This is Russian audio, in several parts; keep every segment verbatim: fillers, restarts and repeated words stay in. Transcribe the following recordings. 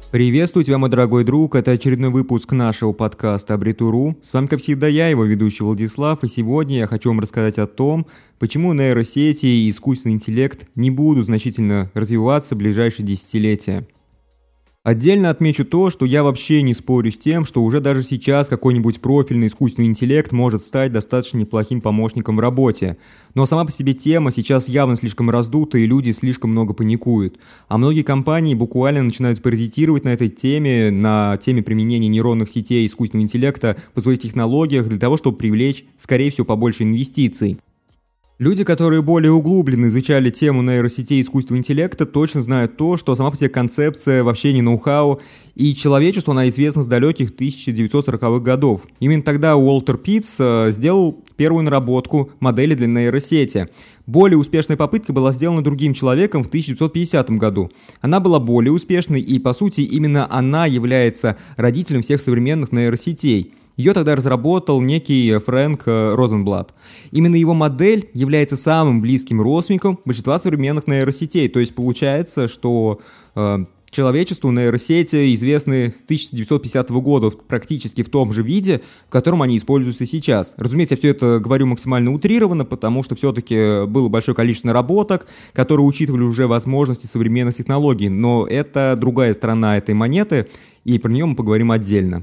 Приветствую тебя, мой дорогой друг, это очередной выпуск нашего подкаста Абритуру. С вами, как всегда, я, его ведущий Владислав, и сегодня я хочу вам рассказать о том, почему нейросети и искусственный интеллект не будут значительно развиваться в ближайшие десятилетия. Отдельно отмечу то, что я вообще не спорю с тем, что уже даже сейчас какой-нибудь профильный искусственный интеллект может стать достаточно неплохим помощником в работе. Но сама по себе тема сейчас явно слишком раздута, и люди слишком много паникуют. А многие компании буквально начинают паразитировать на этой теме, на теме применения нейронных сетей и искусственного интеллекта в своих технологиях для того, чтобы привлечь, скорее всего, побольше инвестиций. Люди, которые более углубленно изучали тему нейросетей и искусственного интеллекта, точно знают то, что сама по себе концепция вообще не ноу-хау, и человечеству она известна с далеких тысяча девятьсот сороковых годов. Именно тогда Уолтер Питц э, сделал первую наработку модели для нейросети. Более успешная попытка была сделана другим человеком в тысяча девятьсот пятидесятом году. Она была более успешной, и, по сути, именно она является родителем всех современных нейросетей. Ее тогда разработал некий Фрэнк Розенблат. Именно его модель является самым близким родственником большинства современных нейросетей. То есть получается, что э, человечеству нейросети известны с тысяча девятьсот пятидесятого года практически в том же виде, в котором они используются сейчас. Разумеется, я все это говорю максимально утрированно, потому что все-таки было большое количество наработок, которые учитывали уже возможности современных технологий. Но это другая сторона этой монеты, и про нее мы поговорим отдельно.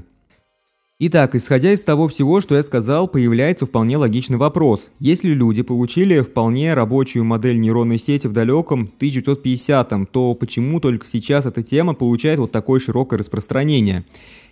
Итак, исходя из того всего, что я сказал, появляется вполне логичный вопрос. Если люди получили вполне рабочую модель нейронной сети в далеком тысяча девятьсот пятидесятом, то почему только сейчас эта тема получает вот такое широкое распространение?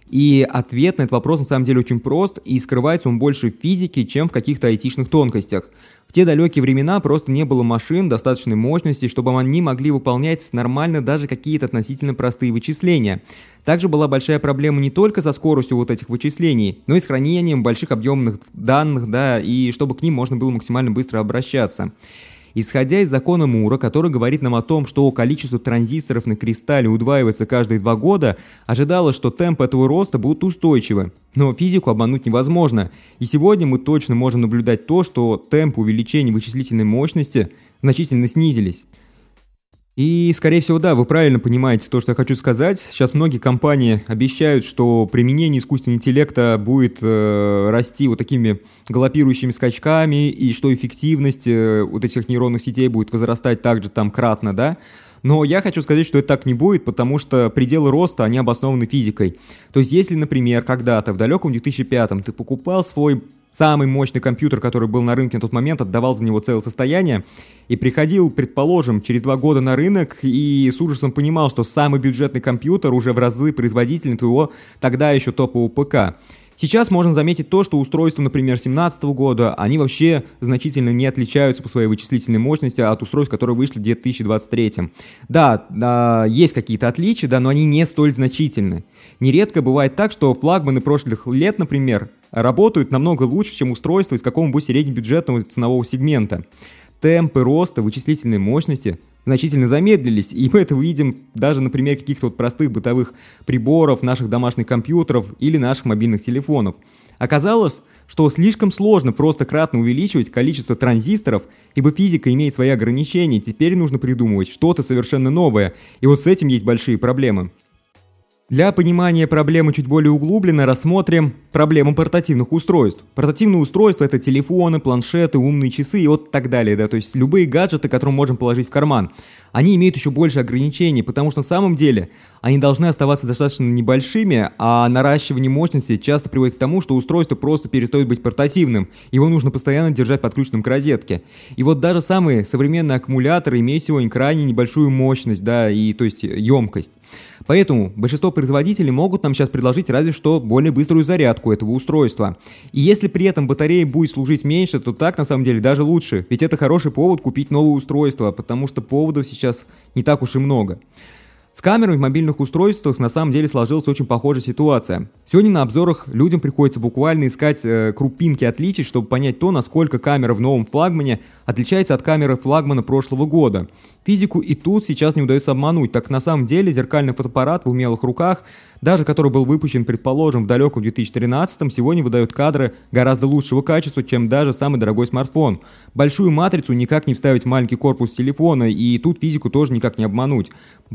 И ответ на этот вопрос на самом деле очень прост, и скрывается он больше в физике, чем в каких-то айтишных тонкостях. В те далекие времена просто не было машин достаточной мощности, чтобы они могли выполнять нормально даже какие-то относительно простые вычисления. Также была большая проблема не только со скоростью вот этих вычислений, но и с хранением больших объемных данных, да, и чтобы к ним можно было максимально быстро обращаться. Исходя из закона Мура, который говорит нам о том, что количество транзисторов на кристалле удваивается каждые два года, ожидалось, что темпы этого роста будут устойчивы. Но физику обмануть невозможно. И сегодня мы точно можем наблюдать то, что темпы увеличения вычислительной мощности значительно снизились. И, скорее всего, да, вы правильно понимаете то, что я хочу сказать. Сейчас многие компании обещают, что применение искусственного интеллекта будет э, расти вот такими галопирующими скачками, и что эффективность э, вот этих нейронных сетей будет возрастать также там кратно, да. Но я хочу сказать, что это так не будет, потому что пределы роста, они обоснованы физикой. То есть, если, например, когда-то в далеком две тысячи пятом ты покупал свой самый мощный компьютер, который был на рынке на тот момент, отдавал за него целое состояние, и приходил, предположим, через два года на рынок и с ужасом понимал, что самый бюджетный компьютер уже в разы производительнее твоего тогда еще топового ПК. Сейчас можно заметить то, что устройства, например, две тысячи семнадцатого года, они вообще значительно не отличаются по своей вычислительной мощности от устройств, которые вышли в две тысячи двадцать третьем. Да, да, есть какие-то отличия, да, но они не столь значительны. Нередко бывает так, что флагманы прошлых лет, например, работают намного лучше, чем устройства из какого-нибудь среднебюджетного ценового сегмента. Темпы роста вычислительной мощности значительно замедлились, и мы это видим даже на примере каких-то вот простых бытовых приборов, наших домашних компьютеров или наших мобильных телефонов. Оказалось, что слишком сложно просто кратно увеличивать количество транзисторов, ибо физика имеет свои ограничения, теперь нужно придумывать что-то совершенно новое, и вот с этим есть большие проблемы. Для понимания проблемы чуть более углубленно рассмотрим проблему портативных устройств. Портативные устройства — это телефоны, планшеты, умные часы и вот так далее, да, то есть любые гаджеты, которые мы можем положить в карман. Они имеют еще больше ограничений, потому что на самом деле они должны оставаться достаточно небольшими, а наращивание мощности часто приводит к тому, что устройство просто перестает быть портативным, его нужно постоянно держать подключенным к розетке. И вот даже самые современные аккумуляторы имеют сегодня крайне небольшую мощность, да, и то есть емкость. Поэтому большинство производителей могут нам сейчас предложить разве что более быструю зарядку этого устройства. И если при этом батарея будет служить меньше, то так на самом деле даже лучше, ведь это хороший повод купить новое устройство, потому что поводов сейчас не так уж и много. С камерами в мобильных устройствах на самом деле сложилась очень похожая ситуация. Сегодня на обзорах людям приходится буквально искать э, крупинки отличий, чтобы понять то, насколько камера в новом флагмане отличается от камеры флагмана прошлого года. Физику и тут сейчас не удается обмануть, так на самом деле зеркальный фотоаппарат в умелых руках, даже который был выпущен, предположим, в далеком две тысячи тринадцатом, сегодня выдает кадры гораздо лучшего качества, чем даже самый дорогой смартфон. Большую матрицу никак не вставить в маленький корпус телефона, и тут физику тоже никак не обмануть. Большая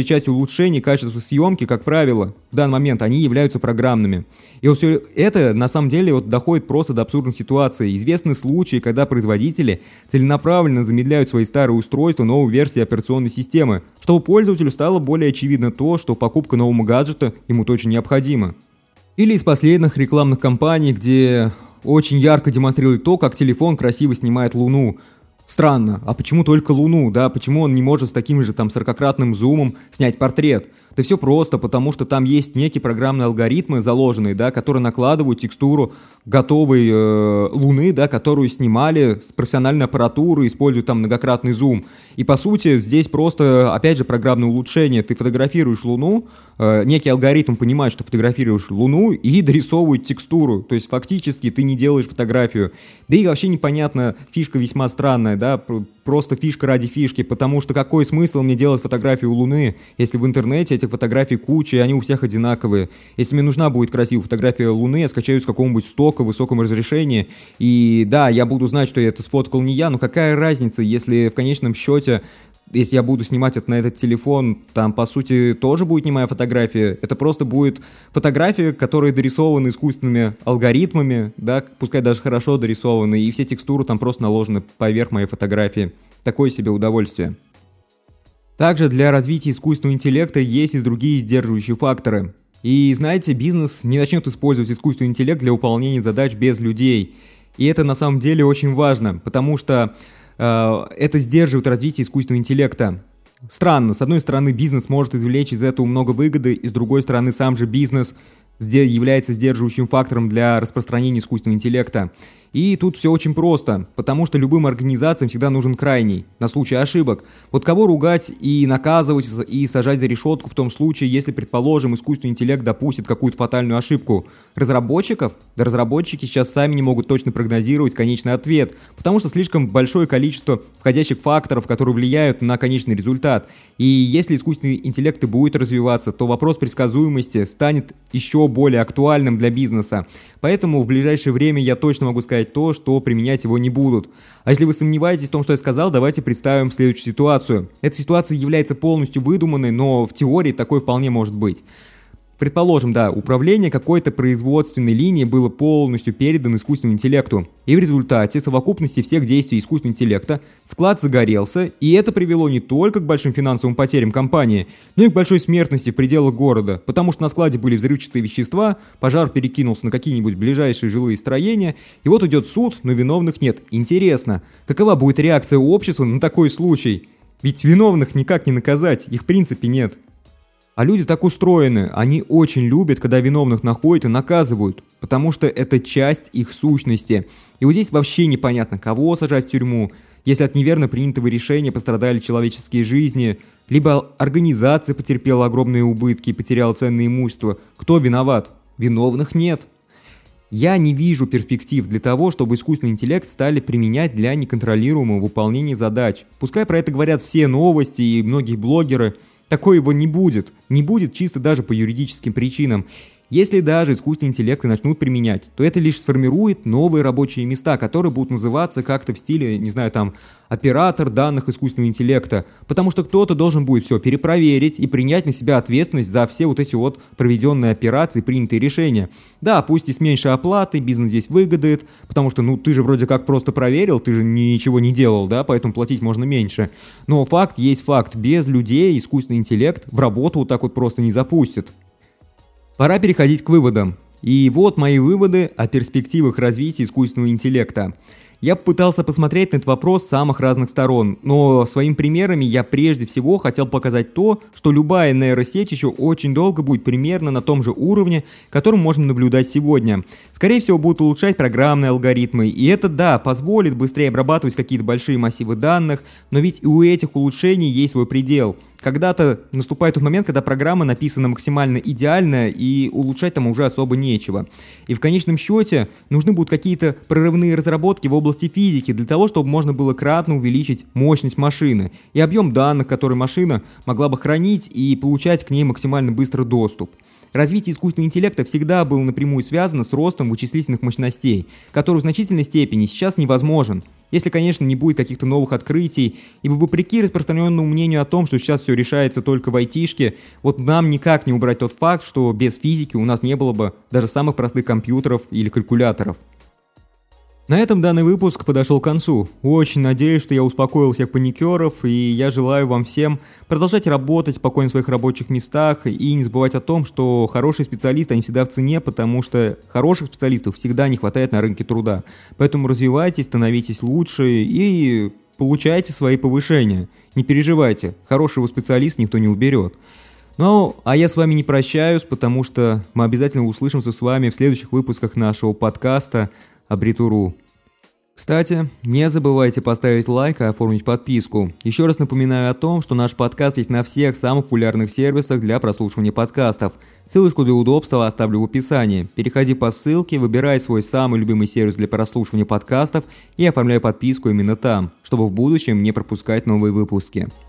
большей части улучшений качества съемки, как правило, в данный момент они являются программными. И вот все это на самом деле вот доходит просто до абсурдных ситуаций. Известны случаи, когда производители целенаправленно замедляют свои старые устройства новой версии операционной системы, чтобы пользователю стало более очевидно то, что покупка нового гаджета ему точно необходима. Или из последних рекламных кампаний, где очень ярко демонстрирует то, как телефон красиво снимает Луну. Странно, а почему только Луну, да? Почему он не может с таким же там сорокакратным зумом снять портрет? Да все просто, потому что там есть некие программные алгоритмы заложенные, да, которые накладывают текстуру готовой э, Луны, да, которую снимали с профессиональной аппаратурой, используют там многократный зум. И по сути здесь просто, опять же, программное улучшение. Ты фотографируешь Луну, э, некий алгоритм понимает, что фотографируешь Луну и дорисовывает текстуру. То есть фактически ты не делаешь фотографию. Да и вообще непонятно, фишка весьма странная, да, просто фишка ради фишки, потому что какой смысл мне делать фотографию Луны, если в интернете этих фотографий куча, и они у всех одинаковые. Если мне нужна будет красивая фотография Луны, я скачаю с какого-нибудь стока в высоком разрешении, и да, я буду знать, что это сфоткал не я, но какая разница, если в конечном счете, если я буду снимать это на этот телефон, там, по сути, тоже будет не моя фотография. Это просто будет фотография, которая дорисована искусственными алгоритмами, да, пускай даже хорошо дорисованы, и все текстуры там просто наложены поверх моей фотографии. Такое себе удовольствие. Также для развития искусственного интеллекта есть и другие сдерживающие факторы. И знаете, бизнес не начнет использовать искусственный интеллект для выполнения задач без людей. И это на самом деле очень важно, потому что это сдерживает развитие искусственного интеллекта. Странно, с одной стороны, бизнес может извлечь из этого много выгоды, и с другой стороны, сам же бизнес является сдерживающим фактором для распространения искусственного интеллекта. И тут все очень просто, потому что любым организациям всегда нужен крайний, на случай ошибок. Вот кого ругать и наказывать, и сажать за решетку в том случае, если, предположим, искусственный интеллект допустит какую-то фатальную ошибку? Разработчиков? Да разработчики сейчас сами не могут точно прогнозировать конечный ответ, потому что слишком большое количество входящих факторов, которые влияют на конечный результат. И если искусственный интеллект и будет развиваться, то вопрос предсказуемости станет еще более актуальным для бизнеса. Поэтому в ближайшее время я точно могу сказать то, что применять его не будут. А если вы сомневаетесь в том, что я сказал, давайте представим следующую ситуацию. Эта ситуация является полностью выдуманной, но в теории такой вполне может быть. Предположим, да, управление какой-то производственной линии было полностью передано искусственному интеллекту, и в результате совокупности всех действий искусственного интеллекта склад загорелся, и это привело не только к большим финансовым потерям компании, но и к большой смертности в пределах города, потому что на складе были взрывчатые вещества, пожар перекинулся на какие-нибудь ближайшие жилые строения, и вот идет суд, но виновных нет. Интересно, какова будет реакция общества на такой случай? Ведь виновных никак не наказать, их в принципе нет. А люди так устроены, они очень любят, когда виновных находят и наказывают, потому что это часть их сущности. И вот здесь вообще непонятно, кого сажать в тюрьму, если от неверно принятого решения пострадали человеческие жизни, либо организация потерпела огромные убытки и потеряла ценное имущество. Кто виноват? Виновных нет. Я не вижу перспектив для того, чтобы искусственный интеллект стали применять для неконтролируемого выполнения задач. Пускай про это говорят все новости и многие блогеры. Такого его не будет. Не будет чисто даже по юридическим причинам. Если даже искусственный интеллект и начнут применять, то это лишь сформирует новые рабочие места, которые будут называться как-то в стиле, не знаю, там, оператор данных искусственного интеллекта. Потому что кто-то должен будет все перепроверить и принять на себя ответственность за все вот эти вот проведенные операции, принятые решения. Да, пусть и с меньшей оплатой, бизнес здесь выгодает, потому что, ну, ты же вроде как просто проверил, ты же ничего не делал, да, поэтому платить можно меньше. Но факт есть факт, без людей искусственный интеллект в работу вот так вот просто не запустит. Пора переходить к выводам. И вот мои выводы о перспективах развития искусственного интеллекта. Я попытался посмотреть на этот вопрос с самых разных сторон, но своими примерами я прежде всего хотел показать то, что любая нейросеть еще очень долго будет примерно на том же уровне, которым можно наблюдать сегодня. Скорее всего, будут улучшать программные алгоритмы, и это, да, позволит быстрее обрабатывать какие-то большие массивы данных, но ведь и у этих улучшений есть свой предел. Когда-то наступает тот момент, когда программа написана максимально идеально, и улучшать там уже особо нечего. И в конечном счете нужны будут какие-то прорывные разработки в области физики для того, чтобы можно было кратно увеличить мощность машины и объем данных, которые машина могла бы хранить и получать к ней максимально быстрый доступ. Развитие искусственного интеллекта всегда было напрямую связано с ростом вычислительных мощностей, который в значительной степени сейчас невозможен. Если, конечно, не будет каких-то новых открытий, ибо вопреки распространенному мнению о том, что сейчас все решается только в айтишке, вот нам никак не убрать тот факт, что без физики у нас не было бы даже самых простых компьютеров или калькуляторов. На этом данный выпуск подошел к концу. Очень надеюсь, что я успокоил всех паникеров, и я желаю вам всем продолжать работать спокойно в своих рабочих местах и не забывать о том, что хорошие специалисты, они всегда в цене, потому что хороших специалистов всегда не хватает на рынке труда. Поэтому развивайтесь, становитесь лучше и получайте свои повышения. Не переживайте, хорошего специалиста никто не уберет. Ну, а я с вами не прощаюсь, потому что мы обязательно услышимся с вами в следующих выпусках нашего подкаста Абритуру. Кстати, не забывайте поставить лайк и оформить подписку. Еще раз напоминаю о том, что наш подкаст есть на всех самых популярных сервисах для прослушивания подкастов. Ссылочку для удобства оставлю в описании. Переходи по ссылке, выбирай свой самый любимый сервис для прослушивания подкастов и оформляй подписку именно там, чтобы в будущем не пропускать новые выпуски.